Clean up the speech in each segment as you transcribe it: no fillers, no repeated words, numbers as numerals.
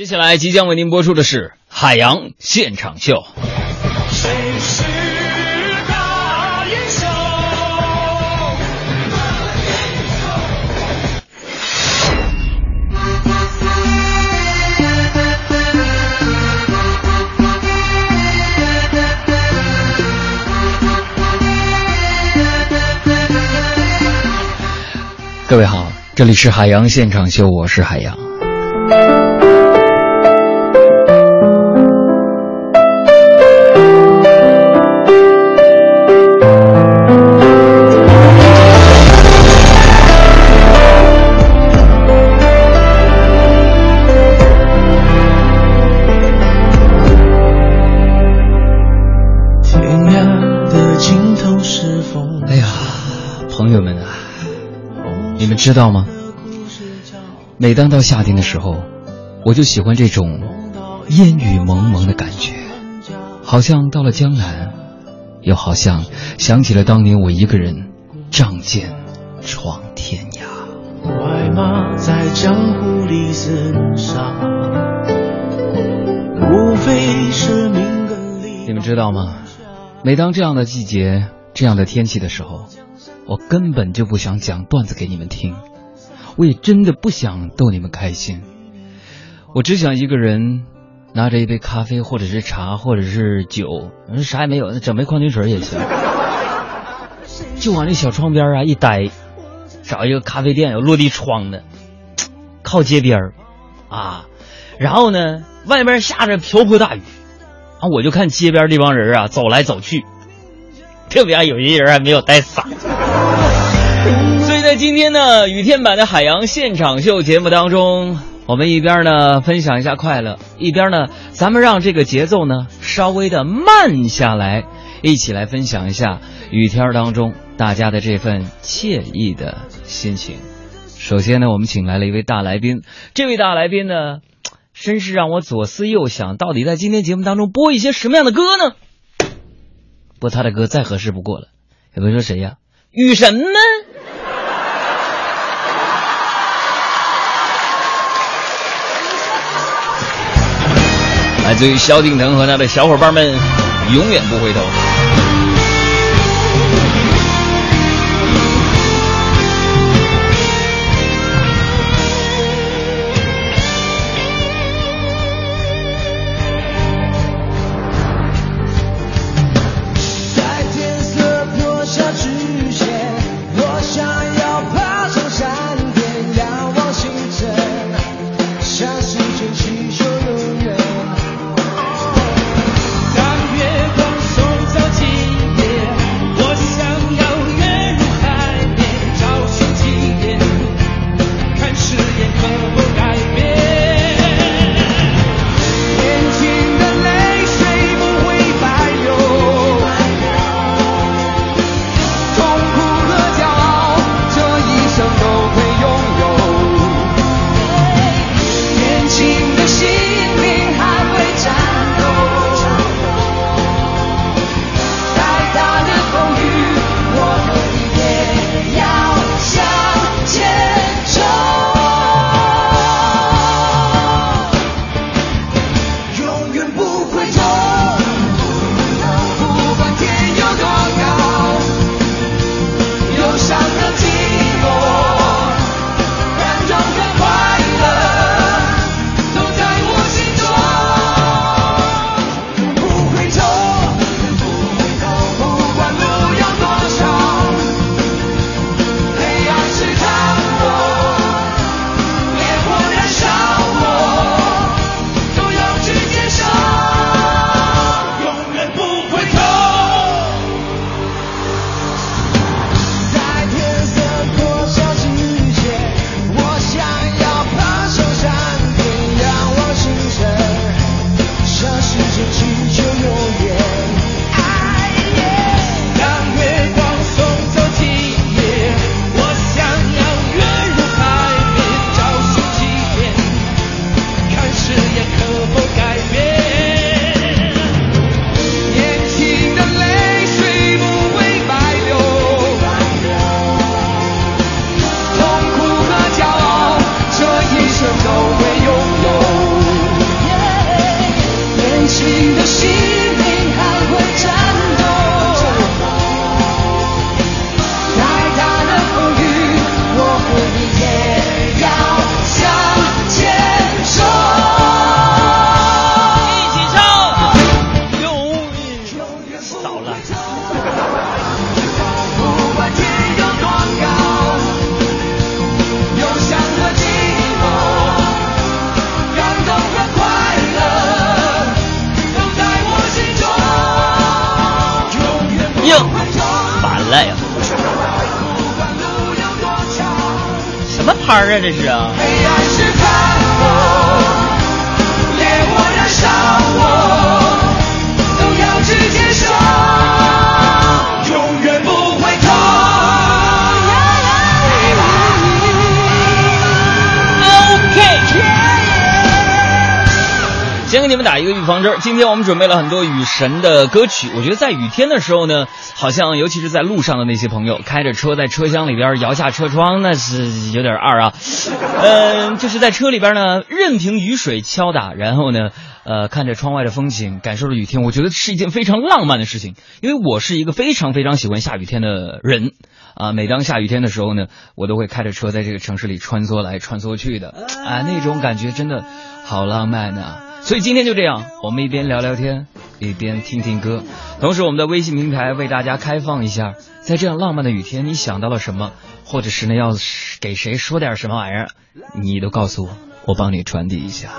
接下来即将为您播出的是海洋现场秀。谁是大英雄？各位好，这里是海洋现场秀，我是海洋。朋友们啊，你们知道吗？每当到夏天的时候，我就喜欢这种烟雨蒙蒙的感觉，好像到了江南，又好像想起了当年我一个人仗剑闯天涯。快马在江湖里厮杀，无非是名跟利。你们知道吗？每当这样的季节，这样的天气的时候，我根本就不想讲段子给你们听，我也真的不想逗你们开心，我只想一个人拿着一杯咖啡或者是茶或者是酒，啥也没有，整杯矿泉水也行，就往那小窗边啊一待，找一个咖啡店有落地窗的，靠街边啊，然后呢外面下着瓢泼大雨啊，我就看街边这帮人啊走来走去，特别有些人还没有带伞。所以在今天呢雨天版的海洋现场秀节目当中，我们一边呢分享一下快乐，一边呢咱们让这个节奏呢稍微的慢下来，一起来分享一下雨天当中大家的这份惬意的心情。首先呢我们请来了一位大来宾，这位大来宾呢真是让我左思右想，到底在今天节目当中播一些什么样的歌呢？播他的歌再合适不过了，有人说谁呀？雨神们。来自于萧敬腾和他的小伙伴们，永远不回头。 当月光送走寂拍啊？这是啊。 黑暗是怕我，烈火燃烧我，都要去接受，永远不回头。 先给你们打一个预防针，今天我们准备了很多雨神的歌曲。我觉得在雨天的时候呢，好像尤其是在路上的那些朋友，开着车在车厢里边摇下车窗，那是有点二啊。就是在车里边呢，任凭雨水敲打，然后呢，看着窗外的风景，感受着雨天，我觉得是一件非常浪漫的事情。因为我是一个非常非常喜欢下雨天的人啊，每当下雨天的时候呢，我都会开着车在这个城市里穿梭来穿梭去的啊，那种感觉真的好浪漫啊。所以今天就这样，我们一边聊聊天，一边听听歌。同时我们的微信平台为大家开放一下，在这样浪漫的雨天，你想到了什么，或者是呢要给谁说点什么玩意儿，你都告诉我，我帮你传递一下。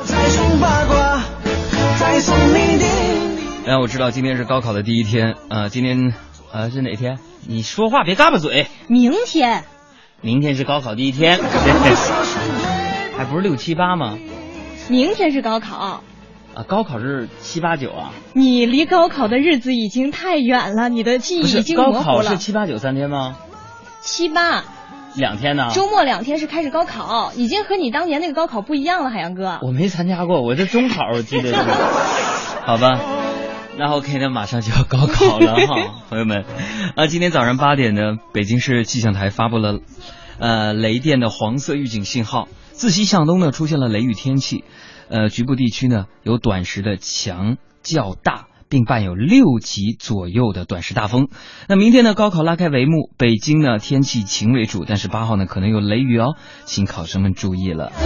我知道今天是高考的第一天，今天是哪天？你说话别嘎巴嘴。 明天是高考第一天，还不是6、7、8吗？ 明天是高考啊，高考是7、8、9啊。 你离高考的日子已经太远了，你的记忆已经模糊了。 高考是7、8、9 3天吗 ？7、8 2天呢？ 周末2天是开始高考，已经和你当年那个高考不一样了，海洋哥。 我没参加过，我这中考我记得是。好吧，那 OK， 那马上就要高考了哈，朋友们。今天早上8点呢，北京市气象台发布了雷电的黄色预警信号，自西向东呢出现了雷雨天气，局部地区呢有短时的强较大，并伴有6级左右的短时大风。那明天呢高考拉开帷幕，北京呢天气晴为主，但是8号呢可能有雷雨哦，请考生们注意了。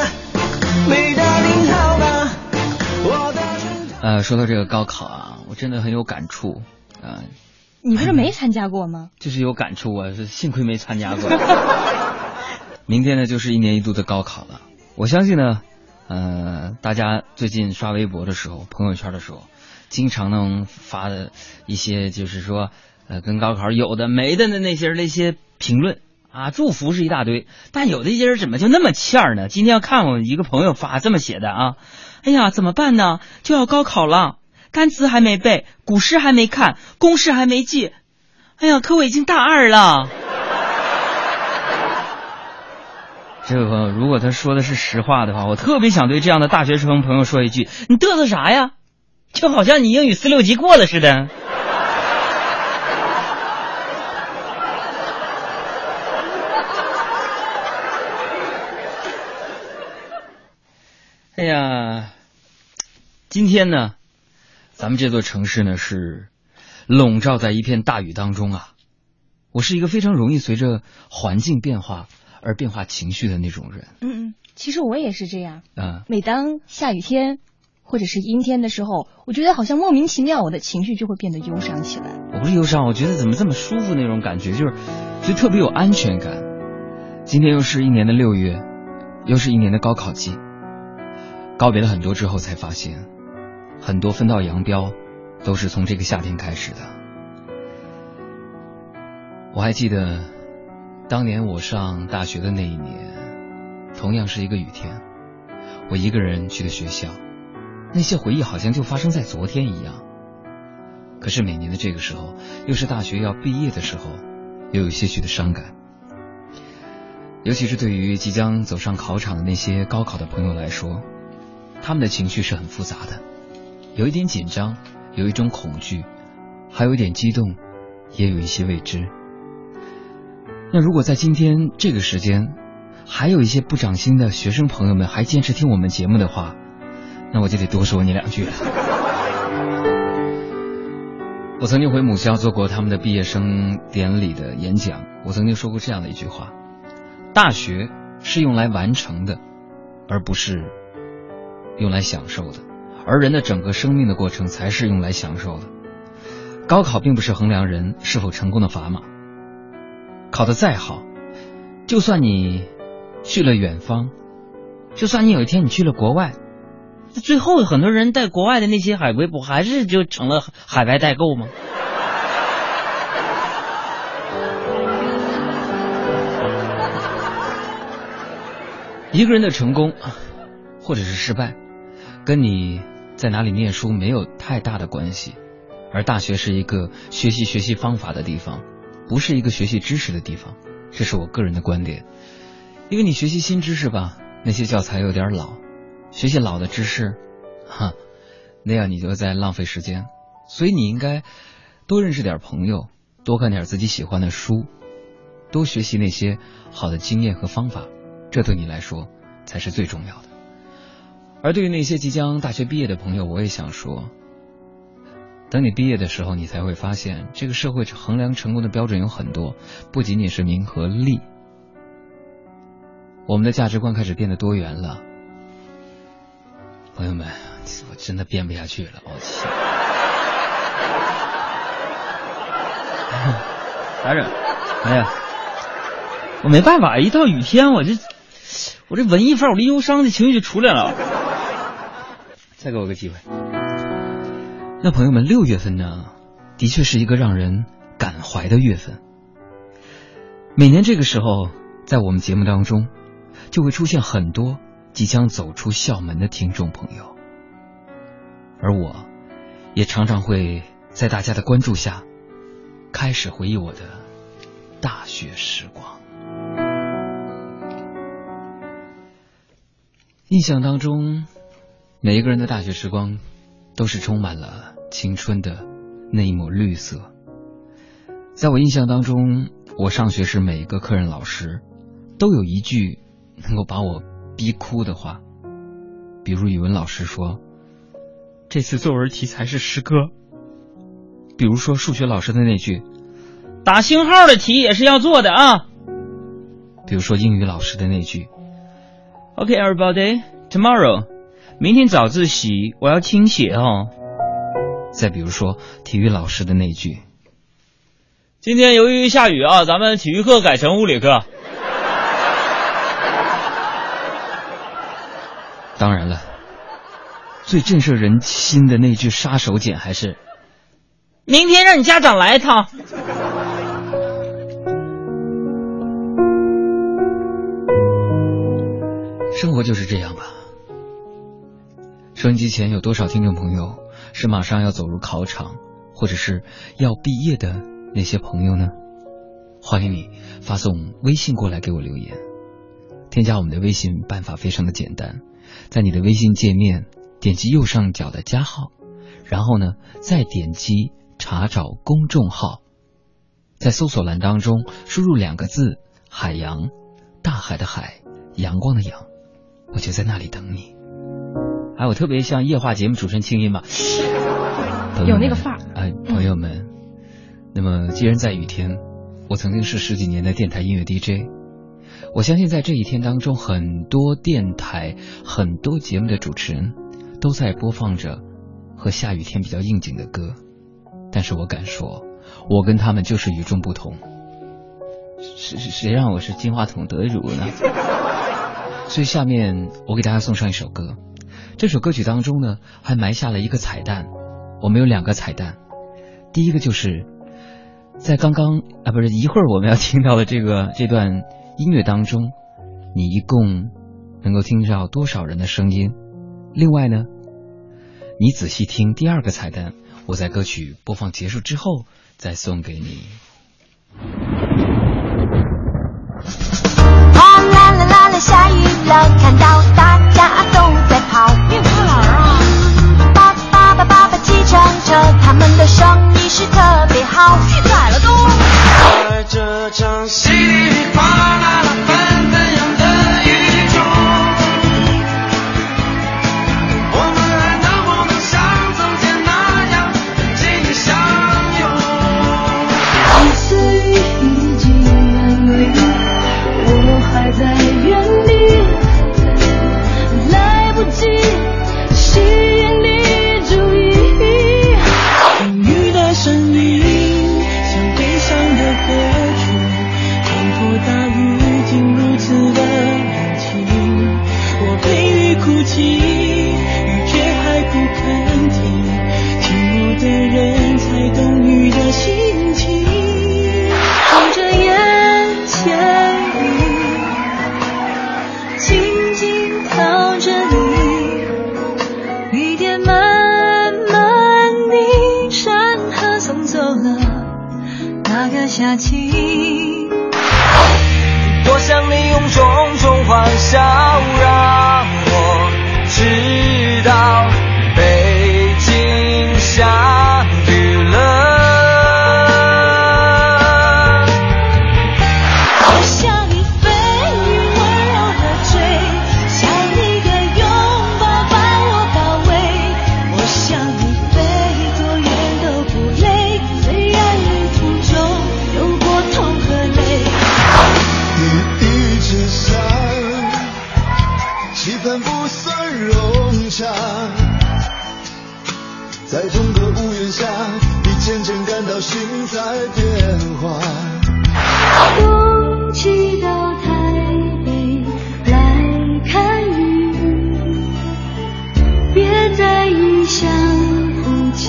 说到这个高考啊，我真的很有感触啊。 你不是没参加过吗？ 就是有感触啊，幸亏没参加过。明天呢就是1年1度的高考了，我相信呢大家最近刷微博的时候，朋友圈的时候，经常能发的一些就是说跟高考有的没的那些评论啊，祝福是一大堆，但有的一些人怎么就那么欠儿呢？今天要看我一个朋友发这么写的啊，哎呀怎么办呢？就要高考了，单词还没背，古诗还没看，公式还没记，哎呀可我已经大2了。这个如果他说的是实话的话，我特别想对这样的大学生朋友说一句，你嘚瑟啥呀？就好像你英语4、6级过了似的。哎呀，今天呢咱们这座城市呢是笼罩在一片大雨当中啊。我是一个非常容易随着环境变化而变化情绪的那种人。 其实我也是这样。每当下雨天或者是阴天的时候，我觉得好像莫名其妙我的情绪就会变得忧伤起来。 我不是忧伤，我觉得怎么这么舒服那种感觉，就是特别有安全感。今天又是1年的6月，又是1年的高考季，告别了很多之后才发现，很多分道扬镳都是从这个夏天开始的。我还记得当年我上大学的那一年，同样是一个雨天，我一个人去的学校，那些回忆好像就发生在昨天一样。可是每年的这个时候，又是大学要毕业的时候，又有些许的伤感。尤其是对于即将走上考场的那些高考的朋友来说，他们的情绪是很复杂的，有一点紧张，有一种恐惧，还有一点激动，也有一些未知。那如果在今天这个时间还有一些不长心的学生朋友们还坚持听我们节目的话，那我就得多说你2句了。我曾经回母校做过他们的毕业生典礼的演讲，我曾经说过这样的一句话：大学是用来完成的，而不是用来享受的，而人的整个生命的过程才是用来享受的。高考并不是衡量人是否成功的砝码，考得再好，就算你去了远方，就算你有一天你去了国外，最后很多人在国外的那些海归不还是就成了海外代购吗？ 一个人的成功或者是失败，跟你在哪里念书没有太大的关系，而大学是一个学习方法的地方，不是一个学习知识的地方，这是我个人的观点。因为你学习新知识吧，那些教材有点老，学习老的知识，那样你就在浪费时间。所以你应该多认识点朋友，多看点自己喜欢的书，多学习那些好的经验和方法，这对你来说才是最重要的。而对于那些即将大学毕业的朋友，我也想说，等你毕业的时候，你才会发现这个社会衡量成功的标准有很多，不仅仅是名和利。我们的价值观开始变得多元了。朋友们，我真的编不下去了，我气。 咋整？哎呀，我没办法，一到雨天我这文艺范儿，我这忧伤的情绪就出来了。再给我个机会。 那朋友们，6月份呢，的确是一个让人感怀的月份。每年这个时候，在我们节目当中，就会出现很多即将走出校门的听众朋友，而我也常常会在大家的关注下，开始回忆我的大学时光。印象当中，每一个人的大学时光都是充满了青春的那一抹绿色。在我印象当中，我上学时每一个课任老师都有一句能够把我逼哭的话，比如语文老师说，这次作文题材是诗歌。比如说数学老师的那句， 打星号的题也是要做的啊。 比如说英语老师的那句， Okay, everybody, tomorrow, 明天早自习我要听写哦。 再比如说体育老师的那句， 今天由于下雨啊，咱们体育课改成物理课。 当然了，最震慑人心的那句杀手锏还是， 明天让你家长来一趟。 生活就是这样吧。收音机前有多少听众朋友是马上要走入考场，或者是要毕业的那些朋友呢？欢迎你发送微信过来给我留言。添加我们的微信办法非常的简单，在你的微信界面点击右上角的加号，然后呢再点击查找公众号，在搜索栏当中输入2个字，海洋，大海的海，阳光的阳，我就在那里等你。 我特别像夜话节目主持人清音吧， 有那个范儿。朋友们，那么既然在雨天，我曾经是10几年的电台音乐 DJ， 我相信在这一天当中，很多电台很多节目的主持人都在播放着和下雨天比较应景的歌，但是我敢说，我跟他们就是与众不同。谁让我是金话筒得主呢？所以下面我给大家送上一首歌，这首歌曲当中呢还埋下了一个彩蛋。我们有2个彩蛋，第一个就是在刚刚一会儿我们要听到的这段音乐当中，你一共能够听到多少人的声音。另外呢，你仔细听第2个彩蛋，我在歌曲播放结束之后再送给你。 啦啦啦啦，下雨了，看到大家都在跑。 你有多老啊？ 爸爸爸爸爸计程车，他们的生意是特别好， 记载了都。 在这场稀里哗啦啦纷纷扬的雨中，我们还能不能像从前那样紧紧相拥？ 一次雨已经远离，我还在原地， 下情。 多想你用种种欢笑让我知道北京下雨了。 在同个屋檐下，你渐渐感到心在变化。 冬季到台北来看雨，别在异乡哭泣。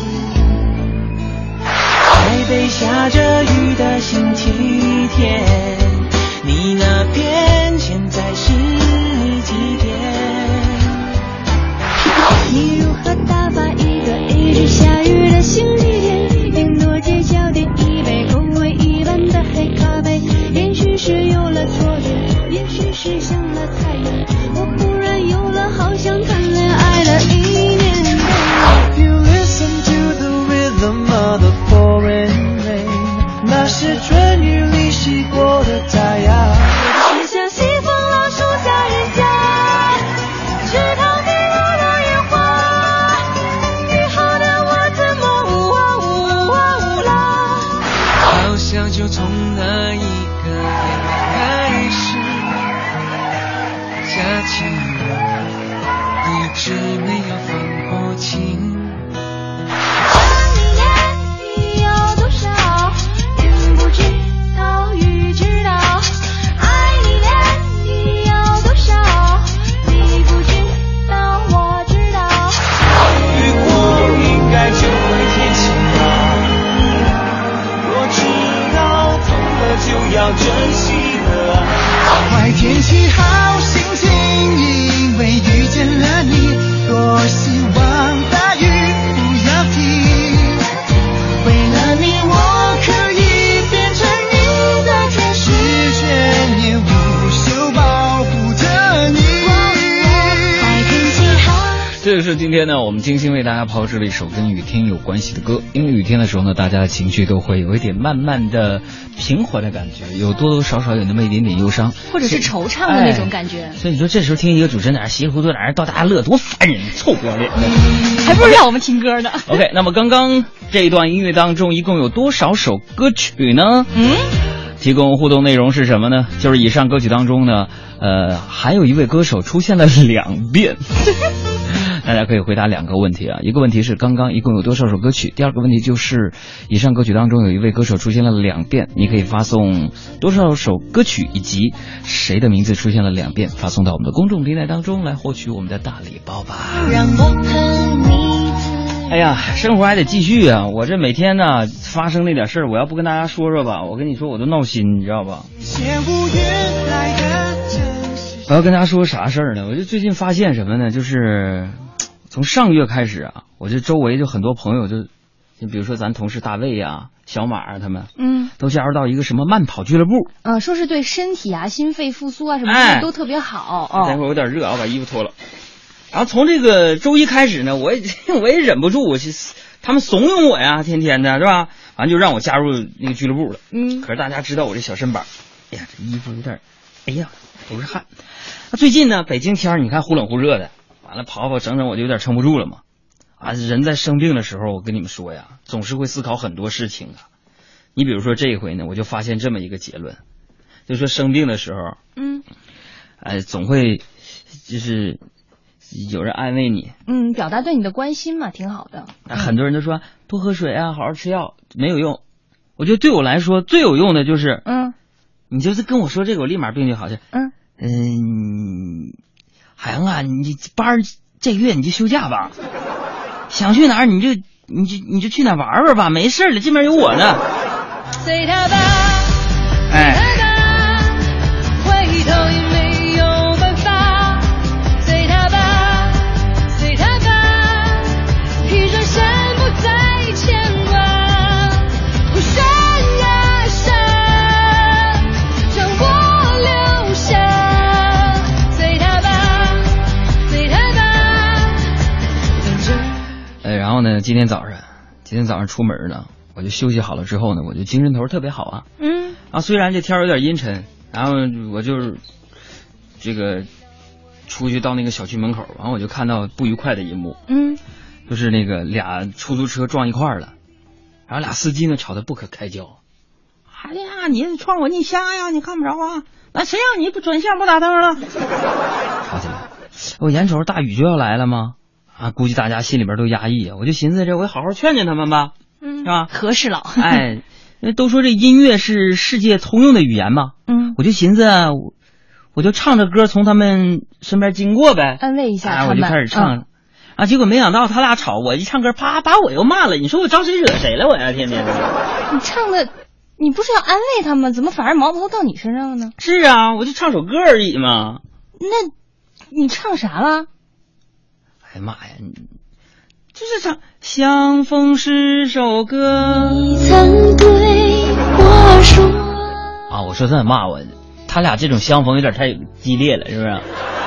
台北下着雨的星期天，你那边现在是几点？ 你如何打发一个一直下雨的星期天？顶多街角点一杯口味一般的黑咖啡，也许是有了错觉，也许是想了太远，我忽然有了好像谈恋爱的一念。 You listen to the rhythm of the pouring rain， 那是春雨里洗过的太阳。 是像西风老树下人家，池塘里落了烟花，你好的我怎么啦？ 好像就从那一个夜开始下起雨，一直没有放过晴。 你要多少？天不知道，雨知道。爱你要多少？你不知道，我知道。 雨过应该就会天晴吧。若知道痛了就要珍惜了爱。坏天气好心情，因为遇见了你，多希望大雨不要停。为了你我可以变成你的天使，却也无休保护着你。 坏天气好。 这个是今天呢，我们精心为大家炮制了一首跟雨天有关系的歌。因为雨天的时候呢，大家的情绪都会有一点慢慢的平缓的感觉，有多多少少有那么一点点忧伤， 或者是惆怅的那种感觉。 所以你说这时候听一个主持人在那稀里糊涂在那逗大家乐，多烦人，臭不要脸的。 还不如让我们听歌呢。 OK， 那么刚刚这一段音乐当中一共有多少首歌曲呢？提供互动内容是什么呢？就是以上歌曲当中呢，还有一位歌手出现了2遍。大家可以回答2个问题啊，一个问题是刚刚一共有多少首歌曲，第二个问题就是以上歌曲当中有一位歌手出现了2遍，你可以发送多少首歌曲以及谁的名字出现了2遍，发送到我们的公众平台当中来获取我们的大礼包吧。 让我和你。 哎呀，生活还得继续啊！我这每天呢发生那点事儿，我要不跟大家说说吧，我跟你说我都闹心，你知道吧？我要跟大家说啥事儿呢？我就最近发现什么呢？就是从上个月开始啊，我这周围就很多朋友就比如说咱同事大卫啊、小马啊，他们都加入到一个什么慢跑俱乐部， 说是对身体啊、心肺复苏啊什么都特别好。 待会儿有点热啊，我把衣服脱了。然后从这个周一开始呢，我也忍不住，他们怂恿我呀，天天的是吧？完就让我加入那个俱乐部了。可是大家知道我这小身板，哎呀，这衣服有点，哎呀，都是汗。那最近呢，北京天你看忽冷忽热的，完了跑跑整整我就有点撑不住了嘛。啊，人在生病的时候，我跟你们说呀，总是会思考很多事情啊。你比如说这一回呢，我就发现这么一个结论，就说生病的时候，总会就是有人安慰你， 表达对你的关心嘛，挺好的。 很多人都说多喝水啊，好好吃药，没有用。我觉得对我来说最有用的就是，你就是跟我说这个，我立马病就好。海洋啊，你班这个月你就休假吧，想去哪儿你就去哪儿玩玩吧，没事了，这边有我呢。 随他吧，随他吧，回头也没有办法。随他吧，随他吧，一转身不再牵挂。不闪啊闪然后呢，今天早上出门呢，我就休息好了之后呢，我就精神头特别好啊。虽然这天有点阴沉，然后我就是这个出去到那个小区门口，然后我就看到不愉快的一幕。就是那个俩出租车撞一块儿了，然后俩司机呢吵得不可开交。哎呀，你撞我，你瞎呀，你看不着啊？那谁让你不转向不打灯了？吵起来，我眼瞅着大雨就要来了吗？估计大家心里边都压抑啊。我就寻思这我好好劝劝他们吧，是吧？ 和事佬。 哎，都说这音乐是世界通用的语言嘛。我就寻思我就唱着歌从他们身边经过呗， 安慰一下他们。 我就开始唱。结果没想到他俩吵，我一唱歌，啪把我又骂了。你说我招谁惹谁了？我呀，天天的。 你唱的，你不是要安慰他们，怎么反而矛头到你身上了呢？ 是啊，我就唱首歌而已嘛。 那你唱啥了？ 哎呀妈呀，就是唱《相逢是首歌》。 你曾对我说我说他骂我，他俩这种相逢有点太激烈了，是不是？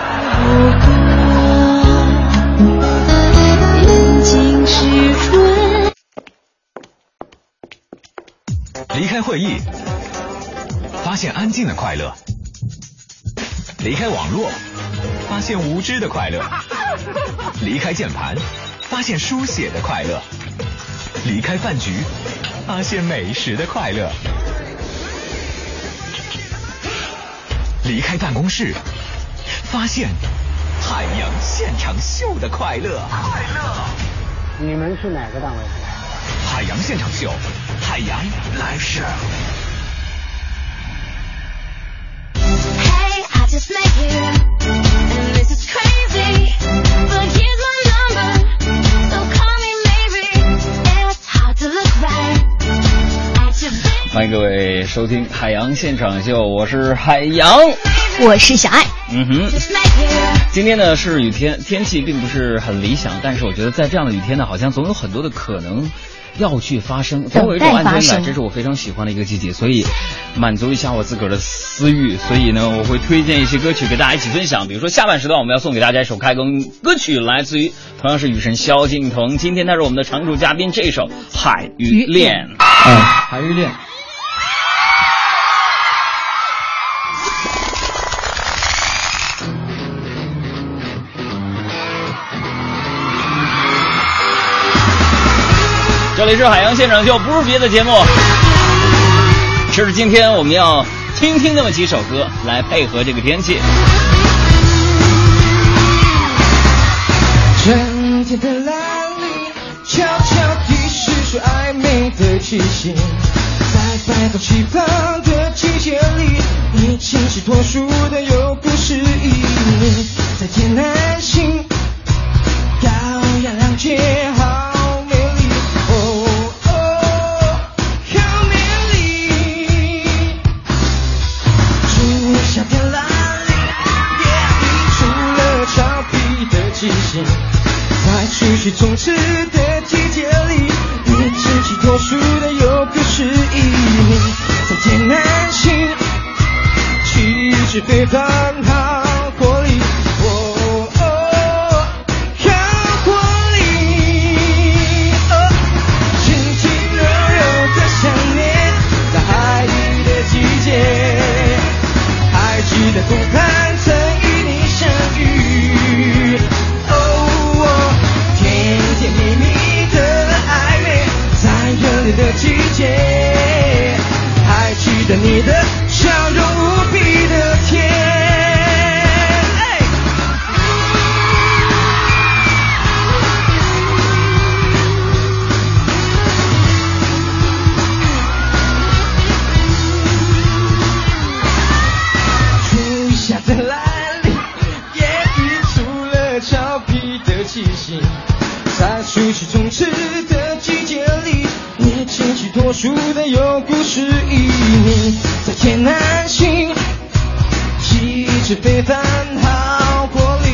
离开会议，发现安静的快乐；离开网络，发现无知的快乐；离开键盘，发现书写的快乐；离开饭局，发现美食的快乐；离开办公室，发现海洋现场秀的快乐。 你们是哪个单位？ 海洋现场秀，海洋来事。 欢迎各位收听海洋现场秀，我是海洋， 我是小爱。 今天呢是雨天，天气并不是很理想，但是我觉得在这样的雨天呢，好像总有很多的可能要去发生，总有一种安全感，这是我非常喜欢的一个季节，所以满足一下我自个儿的私欲，所以呢我会推荐一些歌曲给大家一起分享。比如说下半时段我们要送给大家一首开工歌曲，来自于同样是雨神萧敬腾，今天他是我们的常驻嘉宾，这首《海与恋》。海与恋。这里是海洋现场秀，不是别的节目，这是今天我们要听那么几首歌来配合这个天气。 春天的蓝里悄悄地释出暧昧的气息，在摆动气泡的季节里，你清晰脱俗的有故事意义，在天南星高雅亮洁好在徐徐充斥的季节里，你清晰脱俗的有个诗意，在天南星气质非凡好活力，好活力，轻轻柔柔的想念，在海底的季节，还记得湖畔曾与你相遇，甜蜜蜜的暧昧，在热烈的季节，还记得你的笑容无比的甜。初夏的蓝里，也溢出了俏皮的气息，在徐徐充斥的季节里，你清晰脱俗的有故事意义，在天南星气质非凡好活力，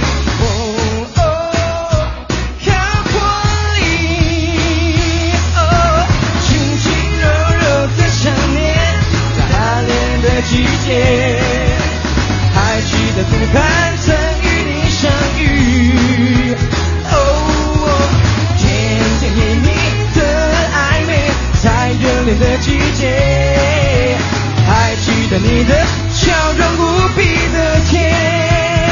好活力，轻轻柔柔的想念，在寒冷的季节，还记得湖畔曾与你相遇，甜甜里的季节，还记得你的笑容无比的甜。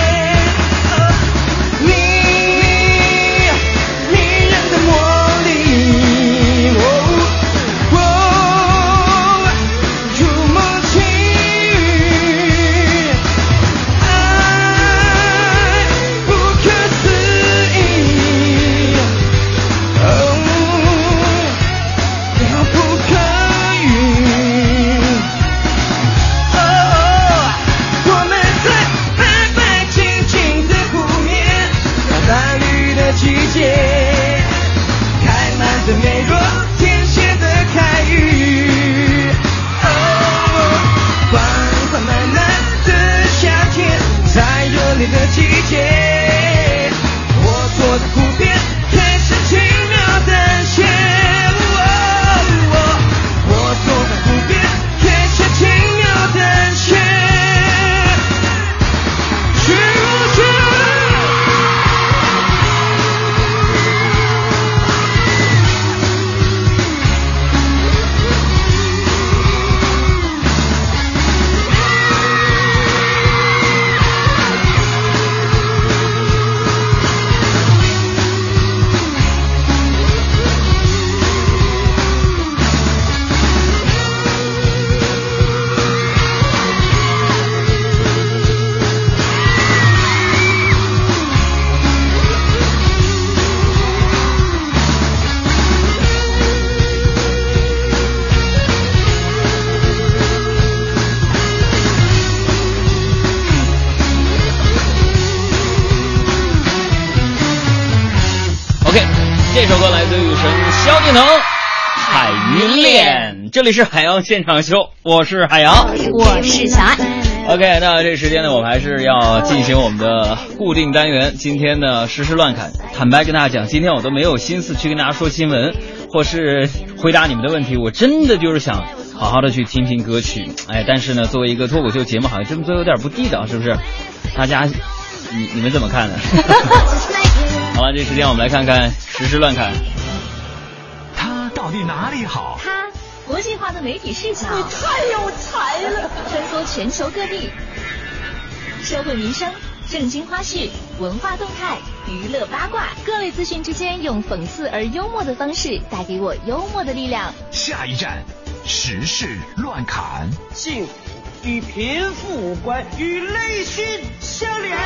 这首歌来自雨神萧敬腾，海云恋。这里是海洋现场秀，我是海洋， 我是小爱。 OK， 那这时间呢，我们还是要进行我们的固定单元。今天呢，时事乱侃。坦白跟大家讲，今天我都没有心思去跟大家说新闻，或是回答你们的问题。我真的就是想好好的去听听歌曲。但是呢，作为一个脱口秀节目，好像这么做有点不地道，是不是？大家，你们怎么看呢？好了，这时间我们来看看时事乱侃。 他到底哪里好？ 他国际化的媒体视角， 你太有才了， 穿梭全球各地，社会民生、正经花絮、文化动态、娱乐八卦，各类资讯之间用讽刺而幽默的方式带给我幽默的力量。 下一站，时事乱侃。 幸福与贫富无关，与内心相连。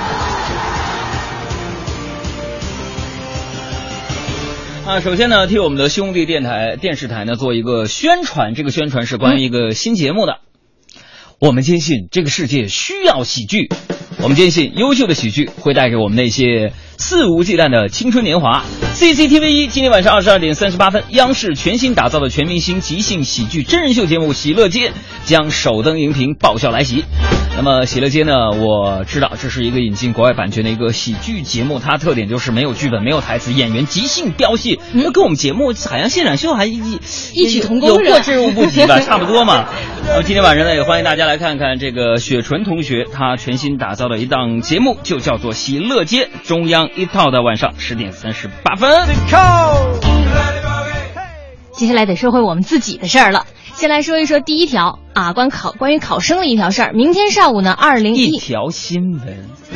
首先呢，替我们的兄弟电视台呢做一个宣传，这个宣传是关于一个新节目的。我们坚信这个世界需要喜剧，我们坚信优秀的喜剧会带给我们那些肆无忌惮的青春年华。CCTV1 今天晚上22点38分，央视全新打造的全明星即兴喜剧真人秀节目《喜乐街》将首登荧屏，爆笑来袭。那么《喜乐街》呢，我知道这是一个引进国外版权的一个喜剧节目，它特点就是没有剧本、没有台词，演员即兴飙戏，跟我们节目海洋现场秀还异曲同工， 有过之而无不及吧，差不多嘛。今天晚上呢，也欢迎大家来看看这个雪纯同学他全新打造的一档节目，就叫做《喜乐街》，中央一套的晚上10点38分。 接下来得说回我们自己的事儿了。先来说一说第一条啊，关于考生的一条事儿。明天上午呢一条新闻。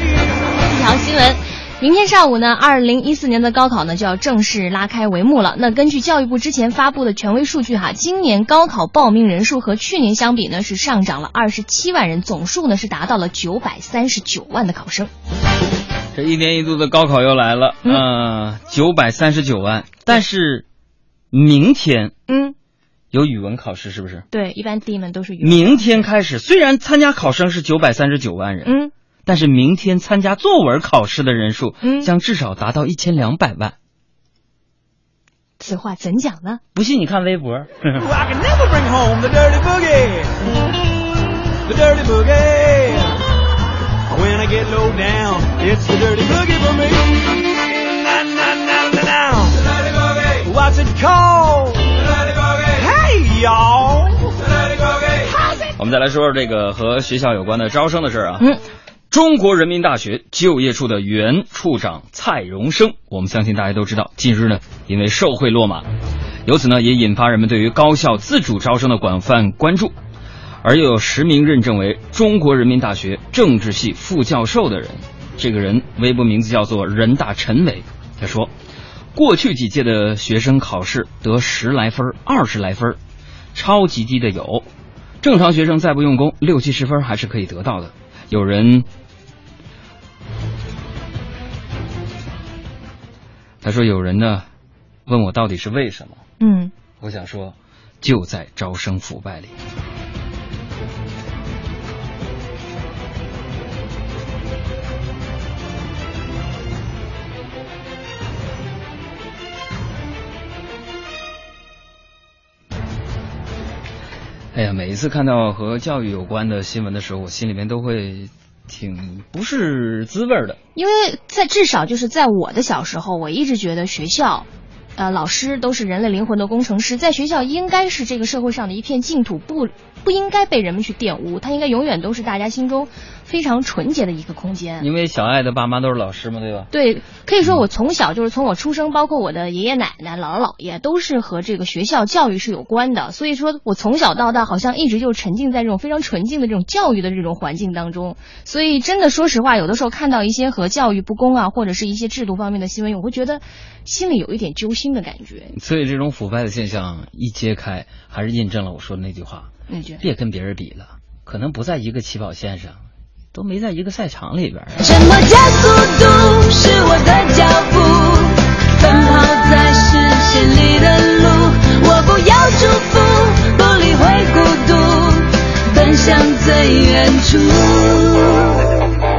明天上午呢，2014年的高考呢就要正式拉开帷幕了。那根据教育部之前发布的权威数据今年高考报名人数和去年相比呢是上涨了27万人，总数呢是达到了939万的考生。 这一年一度的高考又来了，939万。但是明天有语文考试，是不是？ 对，一般第一门都是语文。 明天开始，虽然参加考生是939万人，但是明天参加作文考试的人数将至少达到1200万。 此话怎讲呢？ 不信你看微博。 When I get low down, it's the dirty boogie for me. What's it called? Hey, y'all. 我们再来说说这个和学校有关的招生的事啊。中国人民大学就业处的原处长蔡荣生，我们相信大家都知道，近日呢因为受贿落马， 由此呢，也引发人们对于高校自主招生的广泛关注。而又有10名认证为中国人民大学政治系副教授的人，这个人微博名字叫做人大陈伟，他说，过去几届的学生考试得10来分、20来分，超级低的有，正常学生再不用功，60、70分还是可以得到的。他说有人呢问我到底是为什么，我想说就在招生腐败里。哎呀，每一次看到和教育有关的新闻的时候，我心里面都会挺不是滋味的。 因为至少就是在我的小时候，我一直觉得学校老师都是人类灵魂的工程师，在学校应该是这个社会上的一片净土，不应该被人们去玷污，它应该永远都是大家心中非常纯洁的一个空间。 因为小爱的爸妈都是老师嘛，对吧？ 对，可以说我从小就是从我出生，包括我的爷爷奶奶、姥姥姥爷，都是和这个学校教育是有关的。所以说我从小到大好像一直就沉浸在这种非常纯净的这种教育的这种环境当中。所以真的说实话，有的时候看到一些和教育不公啊，或者是一些制度方面的新闻，我会觉得心里有一点揪心的感觉。 所以这种腐败的现象一揭开，还是印证了我说的那句话，别跟别人比了，可能不在一个起跑线上，都没在一个赛场里边。 什么叫速度？是我的脚步，奔跑在视线里的路，我不要祝福，不理会孤独，奔向最远处。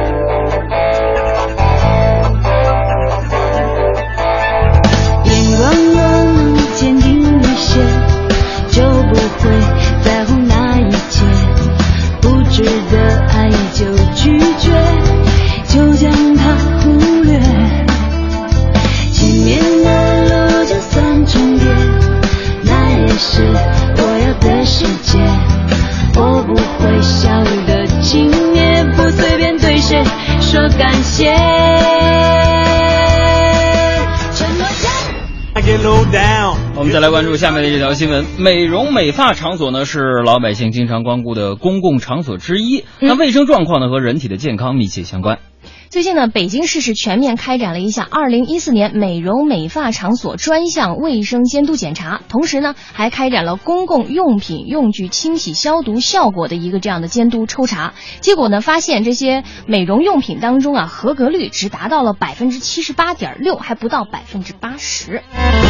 眼光若坚定一些，就不会在乎那一切，不值得爱就拒绝，就将它忽略。前面的路就算重叠，那也是我要的世界。我不会笑得轻蔑，不随便对谁说感谢。 我们再来关注下面的这条新闻。美容美发场所呢是老百姓经常光顾的公共场所之一，那卫生状况呢和人体的健康密切相关。 最近呢，北京市是全面开展了一项2014年美容美发场所专项卫生监督检查，同时呢，还开展了公共用品用具清洗消毒效果的一个这样的监督抽查。结果呢，发现这些美容用品当中啊，合格率只达到了78.6%，还不到80%。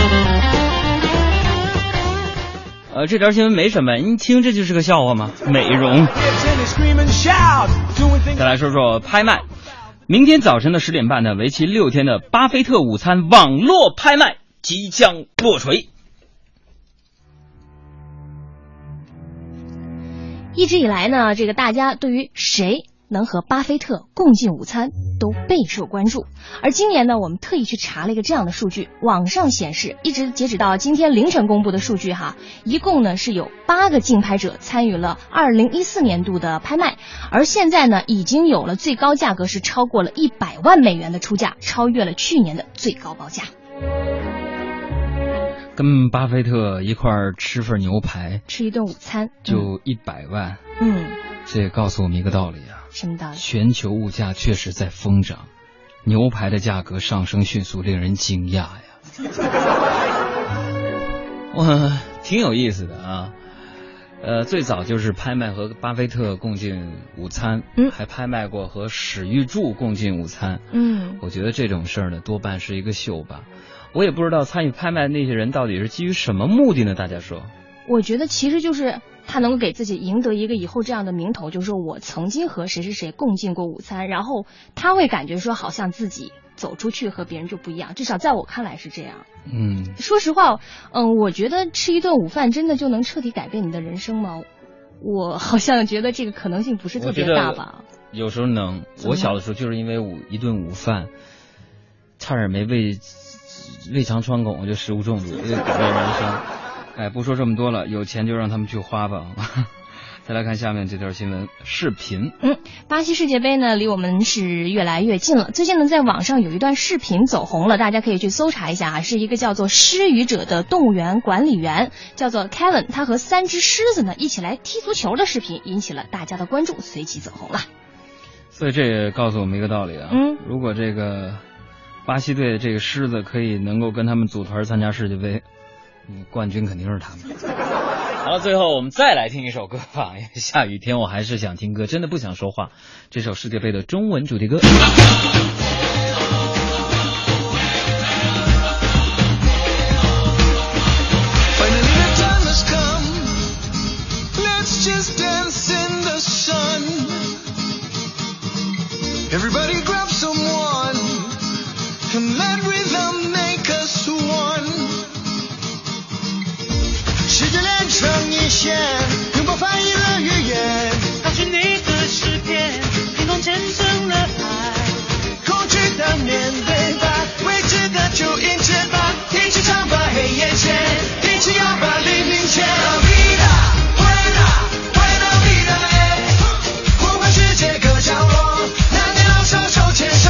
这条新闻没什么，你听这就是个笑话吗？美容。再来说说拍卖。明天早晨的10点半呢，为期6天的巴菲特午餐网络拍卖即将落锤。 一直以来呢，这个大家对于谁能和巴菲特共进午餐都备受关注。而今年呢，我们特意去查了一个这样的数据，网上显示，一直截止到今天凌晨公布的数据哈，一共呢是有8个竞拍者参与了2014年度的拍卖，而现在呢，已经有了最高价格是超过了100万美元的出价，超越了去年的最高报价。 跟巴菲特一块儿吃份牛排， 吃一顿午餐就100万。这也告诉我们一个道理啊。 什么道理？全球物价确实在疯涨，牛排的价格上升迅速，令人惊讶呀。哇，挺有意思的啊。最早就是拍卖和巴菲特共进午餐，还拍卖过和史玉柱共进午餐。我觉得这种事儿呢，多半是一个秀吧。我也不知道参与拍卖那些人到底是基于什么目的呢？大家说？ 我觉得其实就是他能够给自己赢得一个以后这样的名头，就是说我曾经和谁谁谁共进过午餐，然后他会感觉说好像自己走出去和别人就不一样，至少在我看来是这样。说实话，我觉得吃一顿午饭真的就能彻底改变你的人生吗？我好像觉得这个可能性不是特别大吧。 有时候能，我小的时候就是因为一顿午饭，差点没胃肠穿孔，我就食物中毒，就改变人生。不说这么多了，有钱就让他们去花吧。 再来看下面这条新闻视频。 巴西世界杯呢离我们是越来越近了。最近呢在网上有一段视频走红了，大家可以去搜查一下啊，是一个叫做失语者的动物园管理员，叫做 Kevin， 他和3只狮子呢一起来踢足球的视频引起了大家的关注，随即走红了。 所以这也告诉我们一个道理啊，如果这个巴西队的这个狮子可以能够跟他们组团参加世界杯，冠军肯定是他们。好了，最后我们再来听一首歌吧，因为下雨天我还是想听歌，真的不想说话。这首世界杯的中文主题歌。 Everybody grab someone, and let rhythm make us one. 世界连成一线，拥抱翻译了语言， 告诉你的诗篇，天空见证了爱， 恐惧的面对吧，未知的就迎接吧，一起唱吧黑夜前，一起摇吧黎明前。呼唤世界各角落，男女老少手牵手。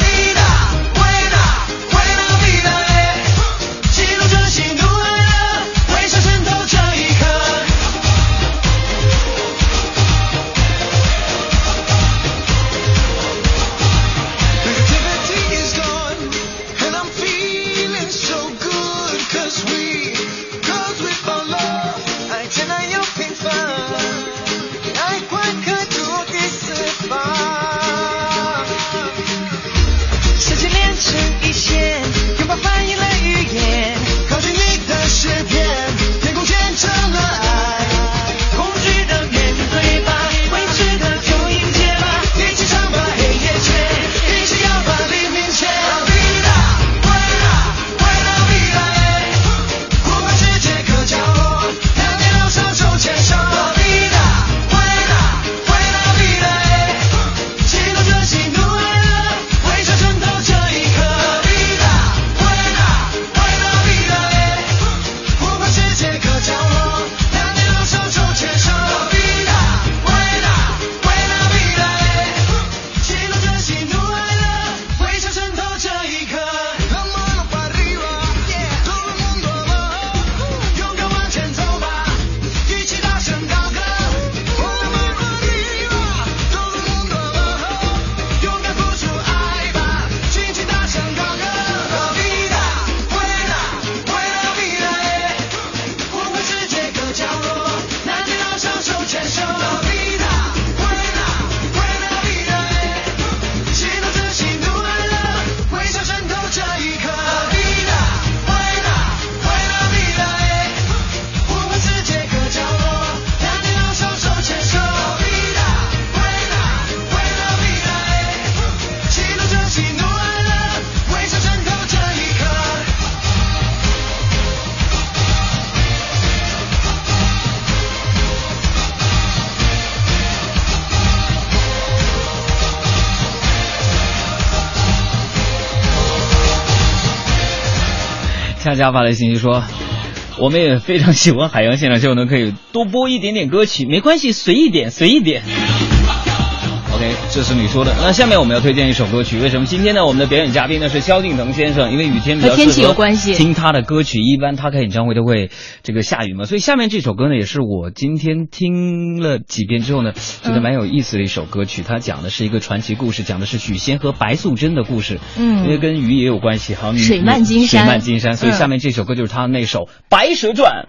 记录着喜怒哀乐，微笑渗透这一刻。Negativity is gone, and I'm feeling so good, cause we found love. 爱简单又平凡，爱快可度第4方。世界连成一线，拥抱翻译了语言，靠近你的诗篇，天空见证了爱， 恐惧的面对吧，未知的就迎接吧， 一起唱吧黑夜前，一起摇吧黎明前。呼唤世界各角落，男女老少手牵手。记录着喜怒哀乐，微笑渗透这一刻。呼唤世界各角落，男女老少手牵手。记录着喜怒哀乐，微笑渗透这一刻。勇敢往前走吧，一起大声高歌。勇敢付出爱吧，尽情大声高歌。呼唤世界各角落，男女老少手牵手。记录着喜怒哀乐，微笑渗透这一刻。呼唤世界各角落，男女老少手牵手。记录着喜怒哀乐，微笑渗透这一刻。 恰恰发来信息说，我们也非常喜欢海洋现场秀呢，可以多播一点点歌曲，没关系，随意点。OK， 这是你说的。那下面我们要推荐一首歌曲，为什么今天呢？我们的表演嘉宾呢是萧敬腾先生，因为雨天比较适合和天气有关系， 听他的歌曲，一般他开演唱会都会这个下雨嘛，所以下面这首歌呢也是我今天听了几遍之后呢，觉得蛮有意思的一首歌曲。它讲的是一个传奇故事，讲的是许仙和白素贞的故事，因为跟鱼也有关系，好像水漫金山， 所以下面这首歌就是他的那首《白蛇传》。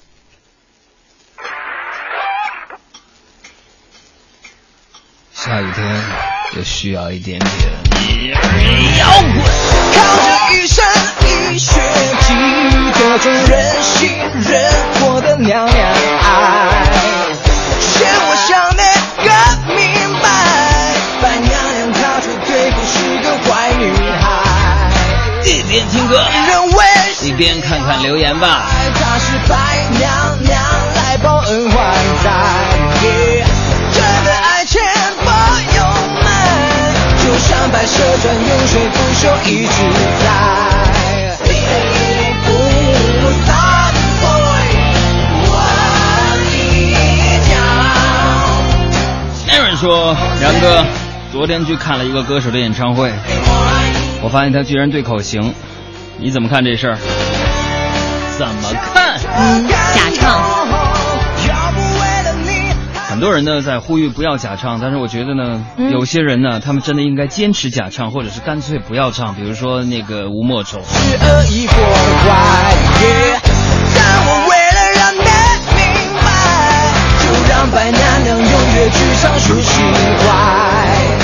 下雨天就需要一点点摇滚， 靠着一身一血记各种人心人活的娘娘爱，嫌我想那个明白，白娘娘她绝对不是个坏女孩。 一边听歌一边看看留言吧。 她是白娘娘来报恩还债，真的爱钱朋友们，就像白蛇传永垂不朽一直在。不散会我一家。 说，杨哥昨天去看了一个歌手的演唱会，我发现他居然对口型，你怎么看这事儿？怎么看？ 假唱。 很多人呢在呼吁不要假唱，但是我觉得呢，有些人呢，他们真的应该坚持假唱，或者是干脆不要唱。比如说那个吴莫愁。 是恶意破坏，但我为了让你明白，就让白娘娘永远去唱出情怀。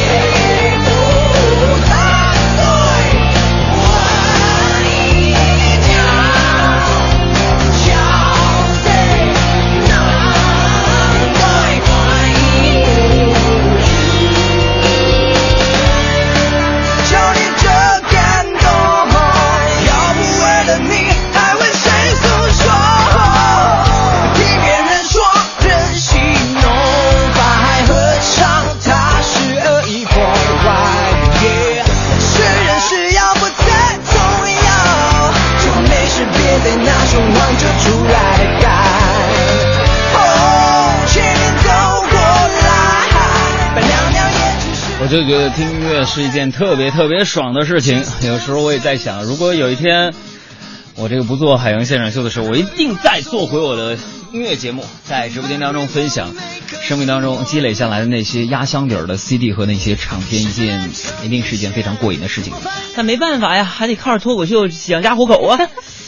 我就觉得听音乐是一件特别爽的事情。有时候我也在想，如果有一天我这个不做海洋现场秀的时候，我一定再做回我的音乐节目，在直播间当中分享生命当中积累下来的那些压箱底儿的 CD 和那些唱片，一定是一件非常过瘾的事情。但没办法呀，还得靠着脱口秀养家糊口啊。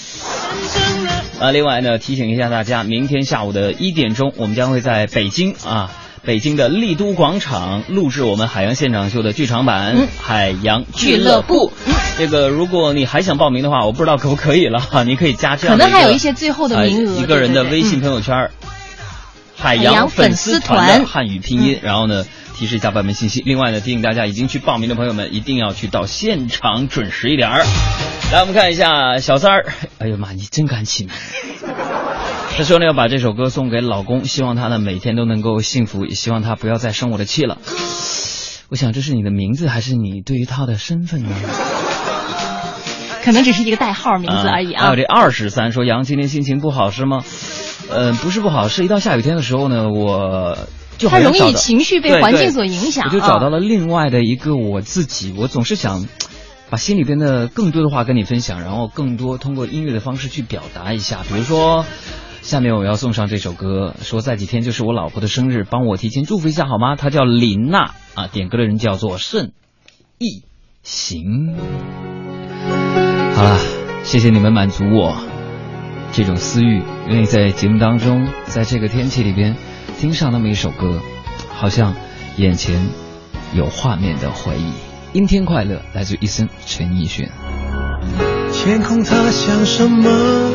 另外呢，提醒一下大家，明天下午的1点钟，我们将会在北京的丽都广场录制我们海洋现场秀的剧场版海洋俱乐部。这个如果你还想报名的话，我不知道可不可以了，你可以加这样的可能还有一些最后的名额， 一个人的微信朋友圈，海洋粉丝团的汉语拼音，然后呢提示一下报名信息。另外呢，提醒大家已经去报名的朋友们一定要去到现场准时一点。来，我们看一下小三儿，哎呦妈，你真敢起名。他说呢，要把这首歌送给老公，希望他呢每天都能够幸福，也希望他不要再生我的气了。我想这是你的名字还是你对于他的身份呢？ 可能只是一个代号名字而已啊。 还有这23说，杨今天心情不好是吗？不是不好，是一到下雨天的时候呢，我就好像他容易情绪被环境所影响， 我就找到了另外的一个我自己。我总是想把心里边的更多的话跟你分享，然后更多通过音乐的方式去表达一下。比如说下面我要送上这首歌，说再几天就是我老婆的生日，帮我提前祝福一下好吗？她叫林娜啊，点歌的人叫做盛一行。好了，谢谢你们满足我这种私欲，愿意在节目当中，在这个天气里边听上那么一首歌，好像眼前有画面的回忆。阴天快乐，来自一生陈奕迅。 天空它像什么？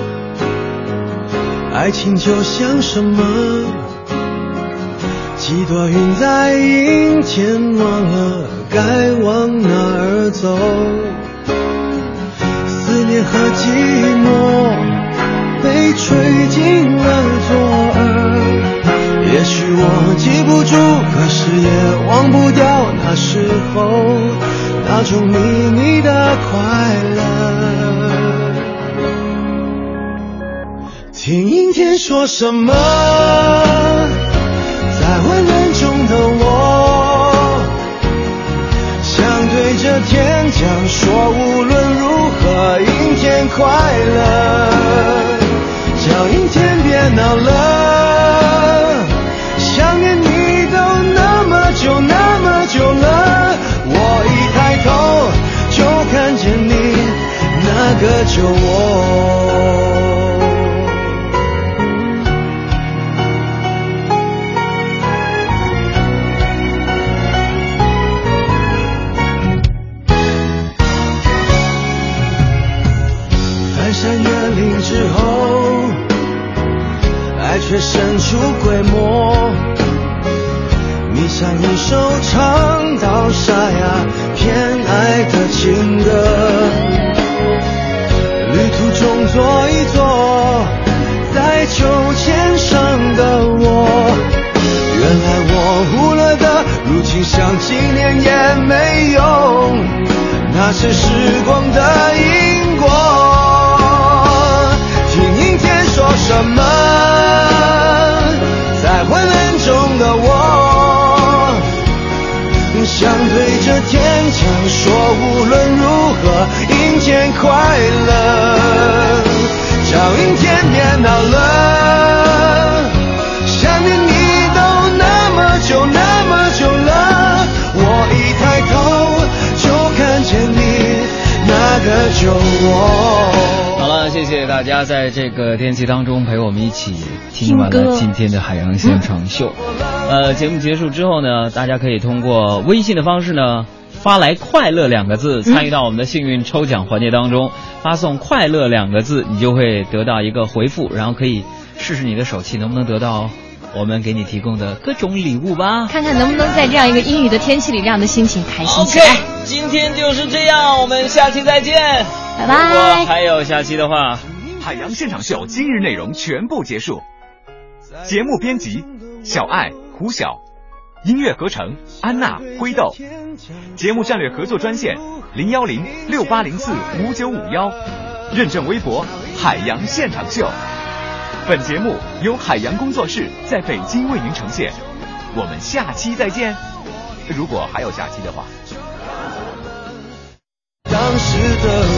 爱情就像什么？几朵云在阴天，忘了该往哪儿走。思念和寂寞被吹进了左耳，也许我记不住，可是也忘不掉那时候那种秘密的快乐。听阴天说什么，在混乱中的我想对着天讲说，无论如何阴天快乐，叫阴天别闹了，想念你都那么久那么久了，我一抬头就看见你那个旧我。翻山越岭之后，爱却神出鬼没，迷上一首唱到沙哑偏爱的情歌，旅途中坐一坐，在秋千上的我，原来我忽略的，如今想纪念也没用，那是时光的因果。听阴天说什么，在混乱中的我看到了，想念你都那么久那么久了，我一抬头就看见你那个就我。 好了，谢谢大家在这个天气当中陪我们一起听完了今天的海洋现场秀。节目结束之后呢，大家可以通过微信的方式呢发来快乐2个字，参与到我们的幸运抽奖环节当中，发送快乐2个字，你就会得到一个回复，然后可以试试你的手气能不能得到我们给你提供的各种礼物吧， 看看能不能在这样一个阴雨的天气里让你的心情开心起来。 OK， 今天就是这样，我们下期再见， 拜拜。 如果还有下期的话， 海洋现场秀今日内容全部结束。节目编辑小爱、胡晓，音乐合成安娜、灰豆，节目战略合作专线01068045951，认证微博海洋现场秀。本节目由海洋工作室在北京为您呈现，我们下期再见。如果还有下期的话。 当时的